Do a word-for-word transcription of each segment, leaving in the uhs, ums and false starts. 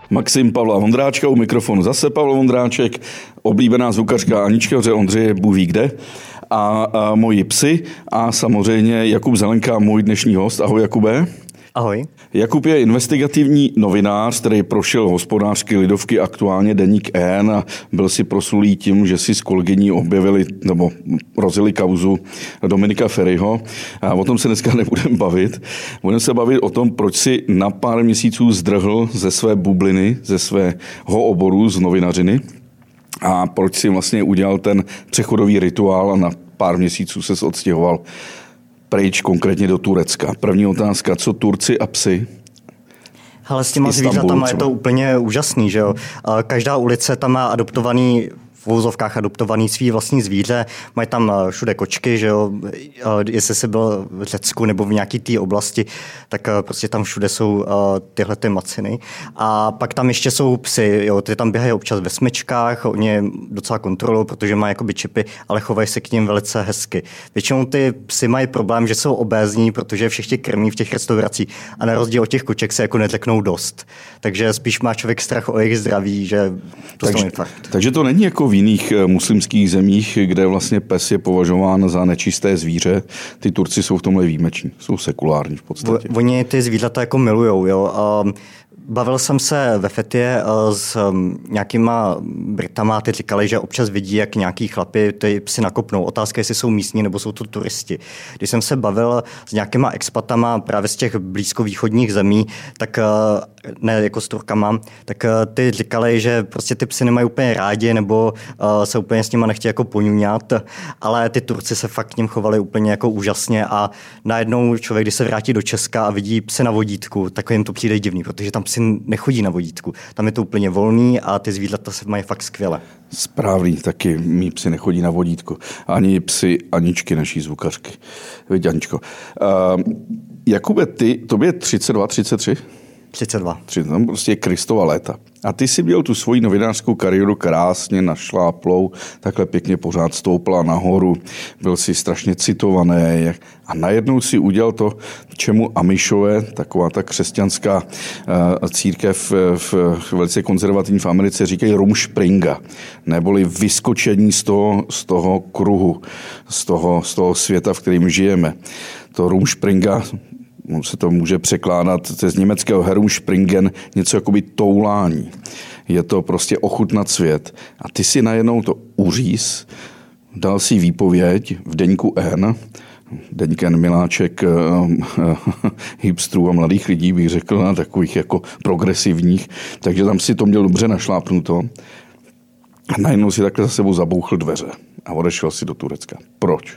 Maxim Pavla Vondráčka, u mikrofonu zase Pavel Vondráček, oblíbená zvukařka Anička Ondřeje Bůh ví kde a, a moji psy a samozřejmě Jakub Zelenka, můj dnešní host. Ahoj Jakube. Ahoj. Jakub je investigativní novinář, který prošel Hospodářské lidovky, aktuálně Deník N a byl si proslulý tím, že si s kolegyní objevili nebo rozjeli kauzu Dominika Feriho. A o tom se dneska nebudeme bavit. Budeme se bavit o tom, proč si na pár měsíců zdrhl ze své bubliny, ze svého oboru z novinařiny a proč si vlastně udělal ten přechodový rituál a na pár měsíců ses odstěhoval pryč, konkrétně do Turecka. První otázka, co Turci a psy? Ale s těma zvířatama je to úplně úžasný, že jo. Každá ulice tam má adoptovaný v uvozovkách adoptovaný svý vlastní zvíře, mají tam všude kočky, že jo, jestli jsi byl v Řecku nebo v nějaké té oblasti, tak prostě tam všude jsou tyhle ty maciny. A pak tam ještě jsou psy, jo, ty tam běhají občas ve smyčkách, oni je docela kontrolují, protože mají jakoby čipy, ale chovají se k nim velice hezky. Většinou ty psy mají problém, že jsou obézní, protože všichni krmí v těch restauracích a na rozdíl od těch koček se jako neřeknou dost. Takže spíš má člověk strach o jejich zdraví, že dostanou infarkt. Takže to není jako v jiných muslimských zemích, kde vlastně pes je považován za nečisté zvíře. Ty Turci jsou v tomhle výjimeční, jsou sekulární v podstatě. Oni ty zvířata jako milujou, jo. Bavil jsem se ve Fetě s nějakýma Britama, ty říkali, že občas vidí, jak nějaký chlapi ty psy nakopnou. Otázka, jestli jsou místní nebo jsou to turisti. Když jsem se bavil s nějakýma expatama právě z těch blízkovýchodních zemí, tak ne jako s Turkama, tak ty říkali, že prostě ty psy nemají úplně rádi nebo se úplně s nima nechtějí jako poňuňat, ale ty Turci se fakt k nim chovali úplně jako úžasně a najednou člověk, když se vrátí do Česka a vidí psy na vodítku, tak jim to přijde divný, protože tam psy nechodí na vodítku. Tam je to úplně volný a ty zvířata se mají fakt skvěle. Správný, taky mý psy nechodí na vodítku. Ani psy Aničky, naší zvukařky. Vidíš, Aničko. Uh, Jakube, ty, tobě je třicet dva, třicet tři? třicet dva. Tam prostě je Kristova léta. A ty si měl tu svoji novinářskou kariéru krásně našláplou, takhle pěkně pořád stoupla nahoru, byl si strašně citovaný a najednou si udělal to, čemu Amišové, taková ta křesťanská uh, církev v, v velice konzervativní v Americe říkají rumspringa, neboli vyskočení z toho, z toho kruhu, z toho, z toho světa, v kterém žijeme. To rumspringa se to může překládat z německého Herumspringen, něco jakoby toulání. Je to prostě ochutnat svět. A ty si najednou to uříz, dal si výpověď v Deníku N, Deník N miláček hipstrů a mladých lidí, bych řekl, na takových jako progresivních, takže tam si to měl dobře našlápnuto. A najednou si takhle za sebou zabouchl dveře a odešel si do Turecka. Proč?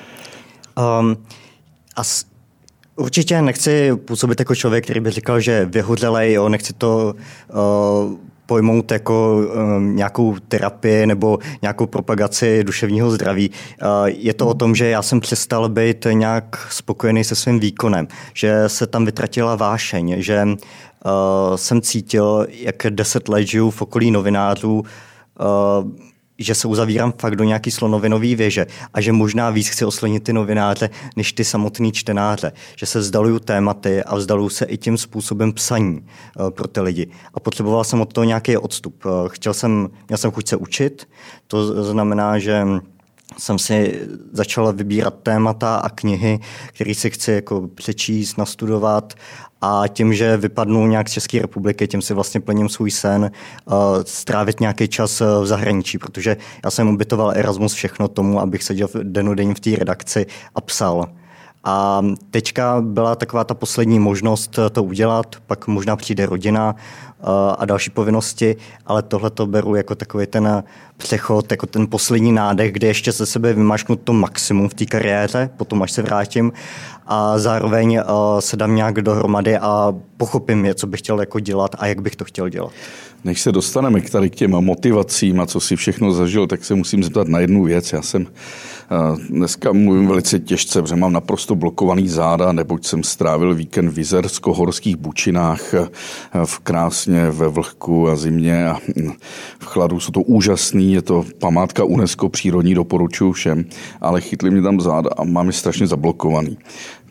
Um, as... Určitě nechci působit jako člověk, který by říkal, že vyhořelej, jo, nechci to uh, pojmout jako um, nějakou terapii nebo nějakou propagaci duševního zdraví. Uh, je to o tom, že já jsem přestal být nějak spokojený se svým výkonem, že se tam vytratila vášeň, že uh, jsem cítil, jak deset let žiju v okolí novinářů, uh, že se uzavírám fakt do nějaký slonovinový věže a že možná víc chci oslnit ty novináře, než ty samotný čtenáře. Že se vzdaluju tématy a vzdaluju se i tím způsobem psaní uh, pro ty lidi. A potřeboval jsem od toho nějaký odstup. Uh, chtěl jsem, měl jsem chuť se učit, to znamená, že jsem si začal vybírat témata a knihy, které si chci jako přečíst, nastudovat a tím, že vypadnu nějak z České republiky, tím si vlastně plním svůj sen uh, strávit nějaký čas v zahraničí, protože já jsem ubytoval Erasmus všechno tomu, abych seděl denodenně v té redakci a psal. A teďka byla taková ta poslední možnost to udělat, pak možná přijde rodina a další povinnosti, ale tohle to beru jako takový ten přechod, jako ten poslední nádech, kde ještě ze sebe vymášknu to maximum v té kariéře, potom až se vrátím a zároveň se dám nějak dohromady a pochopím je, co bych chtěl jako dělat a jak bych to chtěl dělat. Než se dostaneme k tady k těm motivacím a co si všechno zažil, tak se musím zeptat na jednu věc. Já jsem dneska mluvím velice těžce, protože mám naprosto blokovaný záda, neboť jsem strávil víkend v Jizersko-horských Bučinách v krásně ve vlhku a zimě a v chladu. Jsou to úžasný, je to památka UNESCO přírodní, doporučuji všem, ale chytli mě tam záda a mám je strašně zablokovaný.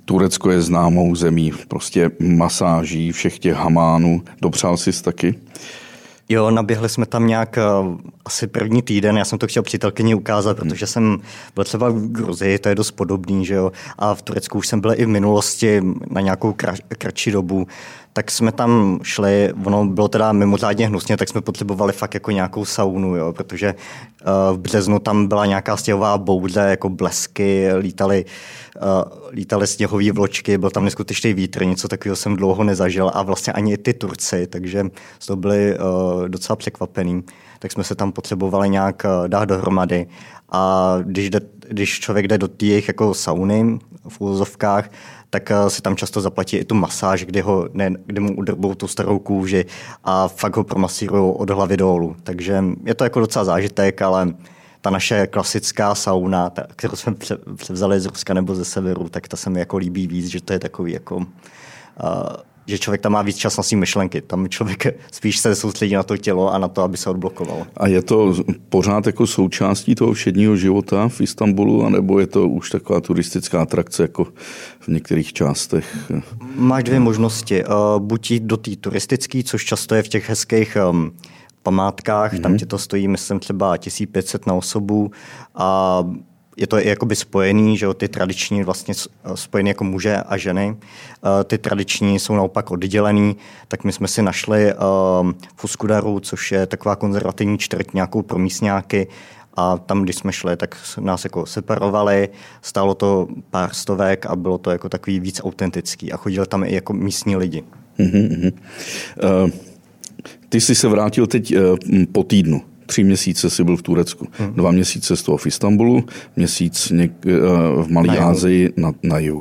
Turecko je známou zemí prostě masáží, všech těch hamánů. Dopřál jsi taky? Jo, naběhli jsme tam nějak uh, asi první týden, já jsem to chtěl přítelkyni ukázat, protože jsem byl třeba v Gruzii, to je dost podobný, že jo, a v Turecku už jsem byl i v minulosti na nějakou kra- kratší dobu, tak jsme tam šli, ono bylo teda mimořádně hnusně, tak jsme potřebovali fakt jako nějakou saunu, jo, protože uh, v březnu tam byla nějaká stěhová bouře, jako blesky, lítaly, uh, lítaly sněhové vločky, byl tam neskutečný vítr, něco takového jsem dlouho nezažil a vlastně ani i ty Turci, takže z toho byli uh, docela překvapený. Tak jsme se tam potřebovali nějak uh, dát dohromady a když, jde, když člověk jde do té jejich jako sauny v úvozovkách, tak si tam často zaplatí i tu masáž, kdy, ho, ne, kdy mu udrbou tu starou kůži a fakt ho promasírují od hlavy dolů. Takže je to jako docela zážitek, ale ta naše klasická sauna, ta, kterou jsme převzali z Ruska nebo ze severu, tak ta se mi jako líbí víc, že to je takový jako... Uh, že člověk tam má víc čas na svý myšlenky. Tam člověk spíš se soustředí na to tělo a na to, aby se odblokoval. A je to pořád jako součástí toho všedního života v Istanbulu, anebo je to už taková turistická atrakce jako v některých částech? Máš dvě možnosti. Buď jít do té turistické, což často je v těch hezkých um, památkách, mm-hmm. tam ti to stojí, myslím, třeba tisíc pět set na osobu a je to i jakoby spojený, že jo, ty tradiční vlastně spojený jako muže a ženy. Ty tradiční jsou naopak oddělený, tak my jsme si našli v Uskudaru, což je taková konzervativní čtvrť, nějakou pro místňáky a tam, když jsme šli, tak nás jako separovali, stálo to pár stovek a bylo to jako takový víc autentický a chodili tam i jako místní lidi. Mm-hmm. Uh, ty jsi se vrátil teď uh, po týdnu. Tři měsíce jsi byl v Turecku, hmm. dva měsíce z toho v Istanbulu, měsíc něk, v Malé Asii na, na jihu.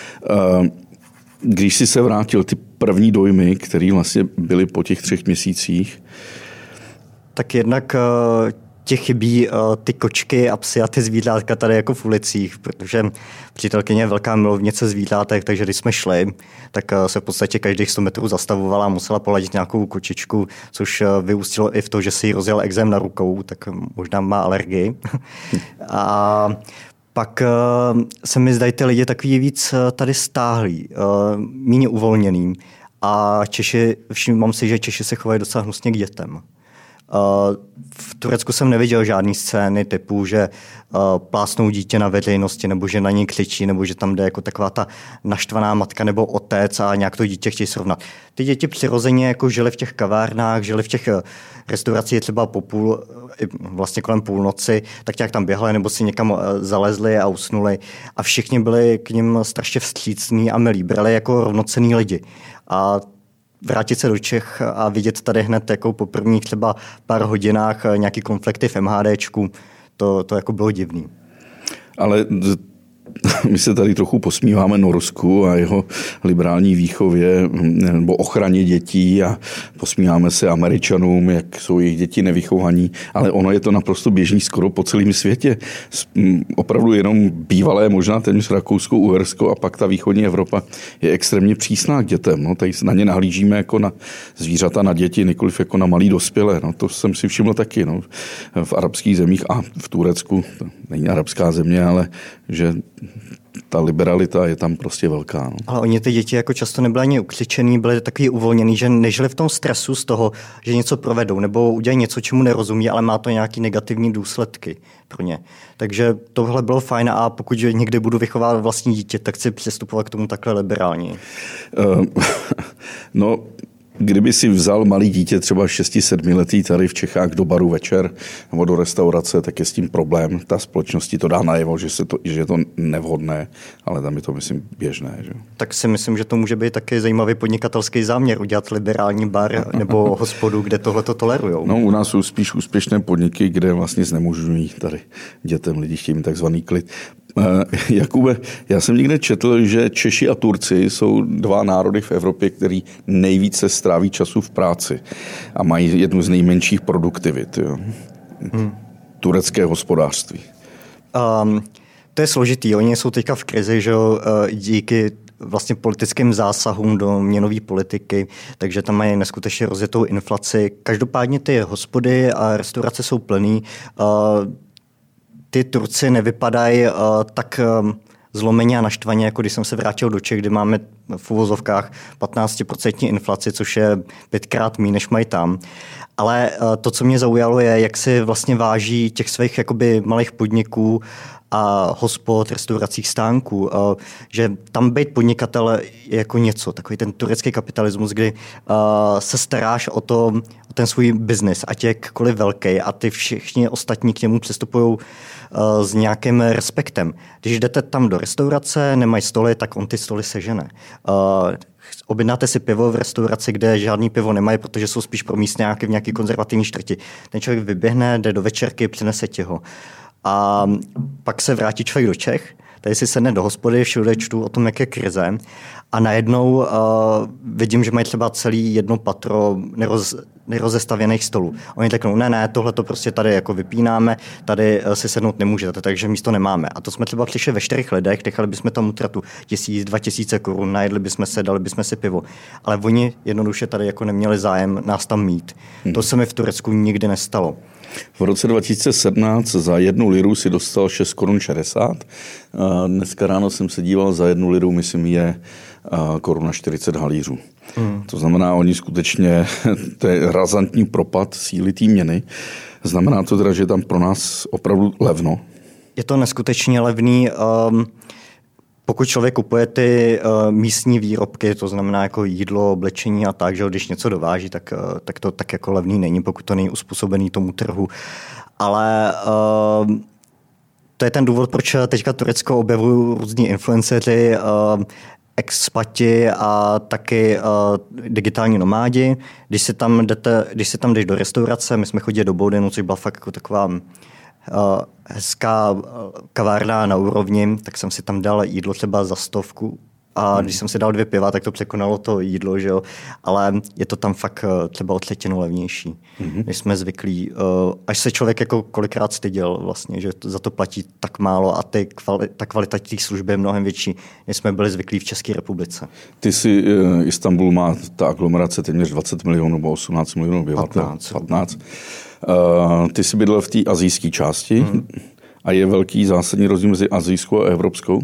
Když jsi se vrátil, ty první dojmy, které vlastně byly po těch třech měsících? Tak jednak tě chybí ty kočky a psy a ty zvířátka tady jako v ulicích, protože přítelkyně je velká milovnice zvířátek, takže když jsme šli, tak se v podstatě každých sto metrů zastavovala a musela poladit nějakou kočičku, což vyústilo i v to, že si jí rozjel ekzém na rukou, tak možná má alergii. A pak se mi zdají ty lidi takový víc tady stáhlí, méně uvolněný. A Češi, všimám si, že Češi se chovají docela hnusně k dětem. V Turecku jsem neviděl žádný scény typu, že plásnou dítě na veřejnosti, nebo že na něj křičí, nebo že tam jde jako taková ta naštvaná matka nebo otec a nějak to dítě chtějí srovnat. Ty děti přirozeně jako žili v těch kavárnách, žili v těch restauracích třeba po půl, vlastně kolem půlnoci, tak nějak tam běhali nebo si někam zalezli a usnuli a všichni byli k nim strašně vstřícní a milí, brali jako rovnocenní lidi. A vrátit se do Čech a vidět tady hned jako po prvních třeba pár hodinách nějaký konflikty v MHDčku, to, to jako bylo divný. Ale my se tady trochu posmíváme Norsku a jeho liberální výchově nebo ochraně dětí a posmíváme se Američanům, jak jsou jejich děti nevychovaní, ale ono je to naprosto běžný skoro po celém světě. Opravdu jenom bývalé, možná téměř Rakousko, Uhersko a pak ta východní Evropa je extrémně přísná k dětem. No, tady na ně nahlížíme jako na zvířata, na děti, nikoliv jako na malý dospělé. No, to jsem si všiml taky. No, v arabských zemích a v Turecku, to není arabská země, ale že ta liberalita je tam prostě velká. No. Ale oni ty děti jako často nebyly ani ukřičený, byly takový uvolněný, že nežili v tom stresu z toho, že něco provedou nebo udělají něco, čemu nerozumí, ale má to nějaký negativní důsledky pro ně. Takže tohle bylo fajn a pokud někdy budu vychovávat vlastní dítě, tak chci přistupovat k tomu takhle liberálně. Uh, no, kdyby si vzal malý dítě, třeba šesti sedmiletý tady v Čechách do baru večer nebo do restaurace, tak je s tím problém. Ta společnosti to dá najevo, že, se to, že je to nevhodné, ale tam je to, myslím, běžné. Že? Tak si myslím, že to může být taky zajímavý podnikatelský záměr, udělat liberální bar nebo hospodu, kde tohle to tolerujou. No, u nás jsou spíš úspěšné podniky, kde vlastně znemožňují tady dětem, lidi chtějí mít takzvaný klid. Jakube, já jsem někde četl, že Češi a Turci jsou dva národy v Evropě, který nejvíce stráví času v práci a mají jednu z nejmenších produktivit. Jo. Hmm. Turecké hospodářství. Um, to je složitý. Oni jsou teďka v krizi, že díky vlastně politickým zásahům do měnové politiky, takže tam mají neskutečně rozjetou inflaci. Každopádně ty hospody a restaurace jsou plný. Uh, Ty Turci nevypadají uh, tak um, zlomeně a naštvaně, jako když jsem se vrátil do Čech, kde máme v uvozovkách patnáct procent inflaci, což je pětkrát méně, než mají tam. Ale to, co mě zaujalo, je, jak si vlastně váží těch svých jakoby malých podniků a hospod, restauracích, stánků, že tam být podnikatel je jako něco, takový ten turecký kapitalismus, kdy se staráš o, to, o ten svůj biznis, ať je jakkoliv velký a ty všichni ostatní k němu přistupují s nějakým respektem. Když jdete tam do restaurace, nemají stoly, tak on ty stoly sežene. Objednáte si pivo v restauraci, kde žádný pivo nemají, protože jsou spíš pro místňáky v nějaký konzervativní čtvrti. Ten člověk vyběhne, jde do večerky, přinese ti ho. A pak se vrátí člověk do Čech, tady si sedne do hospody, všude čtu o tom, jak je krize a najednou uh, vidím, že mají třeba celý jedno patro neroz, nerozestavěných stolů. Oni řeknou, ne, ne, tohle to prostě tady jako vypínáme, tady uh, si sednout nemůžete, takže místo nemáme. A to jsme třeba přišli ve čtyřech lidech, nechali bychom tam utratu tisíc, dva tisíce korun, najedli bychom se, dali bychom si pivo. Ale oni jednoduše tady jako neměli zájem nás tam mít. Hmm. To se mi v Turecku nikdy nestalo. V roce dva tisíce sedmnáct za jednu liru si dostal šest korun šedesát. Dneska ráno jsem se díval, za jednu liru, myslím, je koruna čtyřicet halířů. Hmm. To znamená, oni skutečně, to je razantní propad síly té měny. Znamená to teda, že je tam pro nás opravdu levno? Je to neskutečně levný. Um... Pokud člověk kupuje ty uh, místní výrobky, to znamená jako jídlo, oblečení a tak, že když něco dováží, tak, uh, tak to tak jako levný není, pokud to není uspůsobený tomu trhu. Ale uh, to je ten důvod, proč teďka Turecko objevují různí influenceři, uh, expati a taky uh, digitální nomádi. Když si tam jdete, když si tam jdeš do restaurace, my jsme chodili do Boudenu, což byla fakt jako taková Uh, hezká kavárna na úrovni, tak jsem si tam dal jídlo třeba za stovku a když jsem si dal dvě piva, tak to překonalo to jídlo, že jo? Ale je to tam fakt třeba o třetinu levnější, mm-hmm. než jsme zvyklí. Uh, až se člověk jako kolikrát styděl vlastně, že to, za to platí tak málo a ty kvali, ta kvalita těch služby je mnohem větší, než jsme byli zvyklí v České republice. Ty si, uh, Istanbul má ta aglomerace téměř dvacet milionů nebo osmnáct milionů obyvatel. patnáct. patnáct. Uh, ty jsi bydlel v té asijské části mm. a je velký zásadní rozdíl mezi asijskou a evropskou?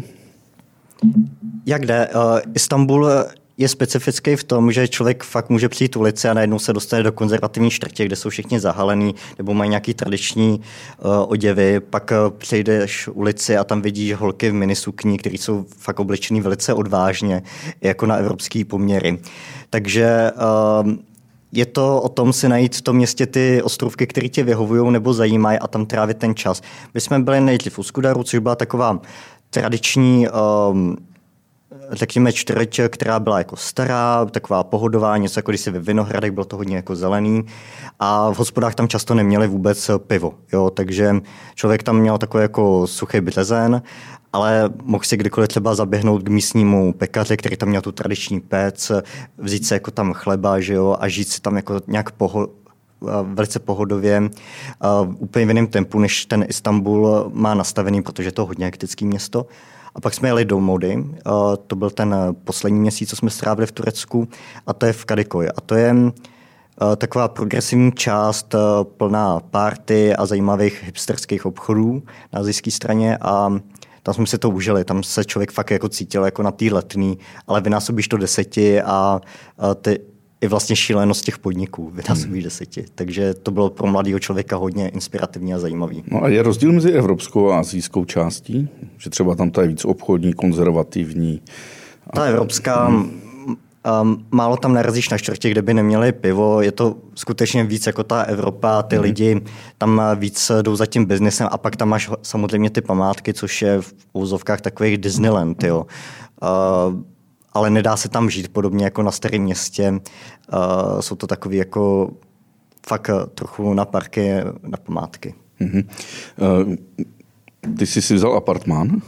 Jak jde? Uh, Istanbul je specifický v tom, že člověk fakt může přijít ulici a najednou se dostane do konzervativní čtvrtě, kde jsou všichni zahalený nebo mají nějaký tradiční uh, oděvy, pak uh, přejdeš ulici a tam vidíš holky v minisukní, které jsou fakt oblečený velice odvážně, jako na evropský poměry. Takže uh, je to o tom si najít v tom městě ty ostrůvky, které tě vyhovují nebo zajímají a tam trávit ten čas. My jsme byli nejdřív u Skudaru, což byla taková tradiční, um, řekněme, čtvrť, která byla jako stará, taková pohodová, něco jako když si ve Vinohradech, bylo to hodně jako zelený a v hospodách tam často neměli vůbec pivo, jo, takže člověk tam měl takový jako suchý březen, ale mohl si kdykoliv třeba zaběhnout k místnímu pekaři, který tam měl tu tradiční pec, vzít si jako tam chleba, že jo, a žít si tam jako nějak poho- velice pohodově, uh, úplně v jiném tempu, než ten Istanbul má nastavený, protože je to hodně hektické město. A pak jsme jeli do Mody, uh, to byl ten poslední měsíc, co jsme strávili v Turecku, a to je v Kadikoji. A to je uh, taková progresivní část, uh, plná party a zajímavých hipsterských obchodů na asijské straně a tam jsme si to užili, tam se člověk fakt jako cítil jako na té letný, ale vynásobíš to deseti a, a ty i vlastně šílenost těch podniků vynásobíš hmm. deseti. Takže to bylo pro mladého člověka hodně inspirativní a zajímavý. No a je rozdíl mezi evropskou a asijskou částí? Že třeba tam to je víc obchodní, konzervativní? Ta evropská... Hmm. Um, málo tam narazíš na čtvrtě, kde by neměli pivo, je to skutečně víc jako ta Evropa, ty mm. lidi tam víc jdou za tím biznesem a pak tam máš samozřejmě ty památky, což je v úzovkách takových Disneyland, jo. Uh, ale nedá se tam žít podobně jako na starém městě. Uh, jsou to takový jako fakt trochu na parky, na památky. Mm-hmm. Uh, ty jsi si vzal apartmán? Uh,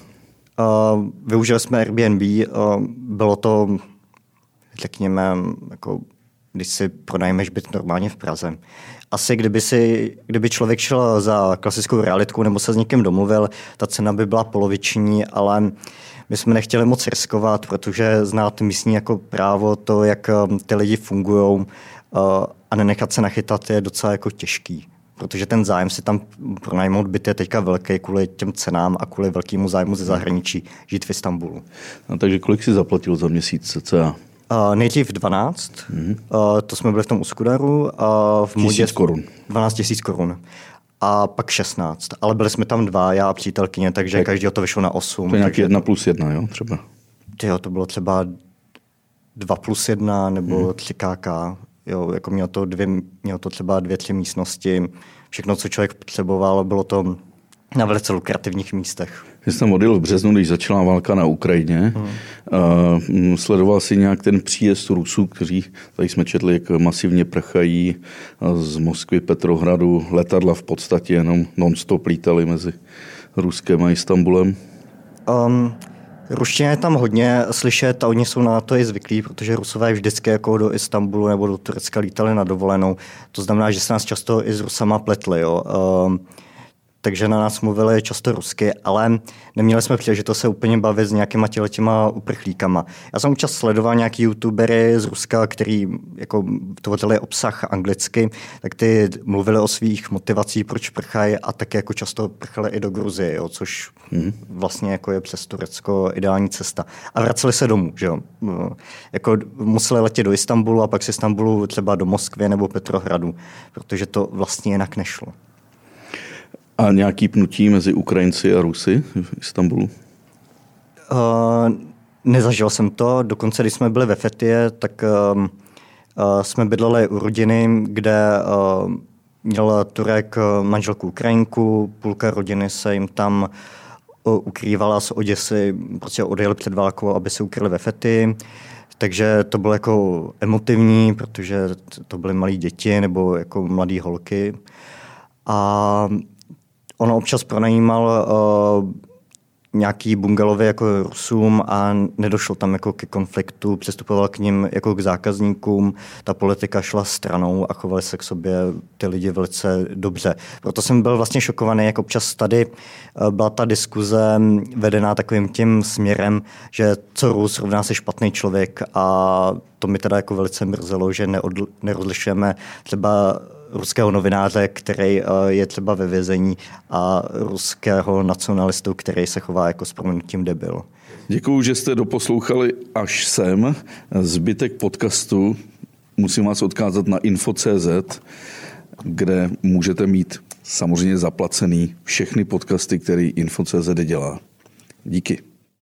využili jsme Airbnb, uh, bylo to řekněme, jako, když si pronajmeš byt normálně v Praze. Asi kdyby, si, kdyby člověk šel za klasickou realitku nebo se s někým domluvil, ta cena by byla poloviční, ale my jsme nechtěli moc riskovat, protože znát místní jako právo, to, jak ty lidi fungují a nenechat se nachytat, je docela jako těžký. protože ten zájem si tam pronajmout byt je teďka velký kvůli těm cenám a kvůli velkému zájmu ze zahraničí žít v Istanbulu. A takže kolik jsi zaplatil za měsíc cca? Uh, nejdřív dvanáct, mm-hmm. uh, to jsme byli v tom Uskudaru. Uh, v Tisíc korun. dvanáct tisíc korun. A pak šestnáct, ale byli jsme tam dva, já a přítelkyně, takže tak každý to vyšlo na osm. To je nějaký jedna plus jedna, jo, třeba? Tyjo, to bylo třeba dva plus jedna nebo hmm. tři ká. Jo, jako mělo to, dvě, mělo to třeba dvě, tři místnosti. Všechno, co člověk potřeboval, bylo to na velice lukrativních místech. Jsi jsem odjel v březnu, když začala válka na Ukrajině. Hmm. Uh, sledoval jsi nějak ten příjezd Rusů, kteří, tady jsme četli, jak masivně prchají z Moskvy, Petrohradu, letadla v podstatě jenom non-stop lítali mezi Ruskem a Istanbulem? Um, ruština je tam hodně slyšet a oni jsou na to i zvyklí, protože Rusové vždycky jako do Istanbulu nebo do Turecka lítali na dovolenou. To znamená, že se nás často i s Rusama pletli. Jo. Um, takže na nás mluvili často rusky, ale neměli jsme příležitost se úplně bavit s nějakýma těma uprchlíkama. Já jsem občas sledoval nějaký youtubery z Ruska, který jako tvořili obsah anglicky, tak ty mluvili o svých motivacích, proč prchají a také jako často prchali i do Gruzie, jo, což hmm. vlastně jako je přes Turecko ideální cesta. A vraceli se domů, že jo. Jako museli letět do Istanbulu a pak z Istanbulu třeba do Moskvy nebo Petrohradu, protože to vlastně jinak nešlo. A nějaký pnutí mezi Ukrajinci a Rusy v Istanbulu? Uh, nezažil jsem to. Dokonce, když jsme byli ve Fetije, tak uh, uh, jsme bydleli u rodiny, kde uh, měl Turek manželku Ukrajinku, půlka rodiny se jim tam uh, ukrývala z Oděsy, prostě odjeli před válkou, aby se ukryli ve Fetiji. Takže to bylo jako emotivní, protože to byly malé děti nebo jako mladé holky. A on občas pronajímal uh, nějaký bungalovy jako Rusům a nedošlo tam jako ke konfliktu, přistupoval k nim jako k zákazníkům, ta politika šla stranou a chovali se k sobě ty lidi velice dobře. Proto jsem byl vlastně šokovaný, jak občas tady uh, byla ta diskuze vedená takovým tím směrem, že co Rus rovná se špatný člověk a to mi teda jako velice mrzelo, že neodl- nerozlišujeme třeba ruského novináře, který je třeba ve vězení a ruského nacionalistu, který se chová jako s prominutím debil. Děkuju, že jste doposlouchali až sem. Zbytek podcastu musím vás odkázat na info tečka cé zet, kde můžete mít samozřejmě zaplacený všechny podcasty, které info tečka cé zet dělá. Díky.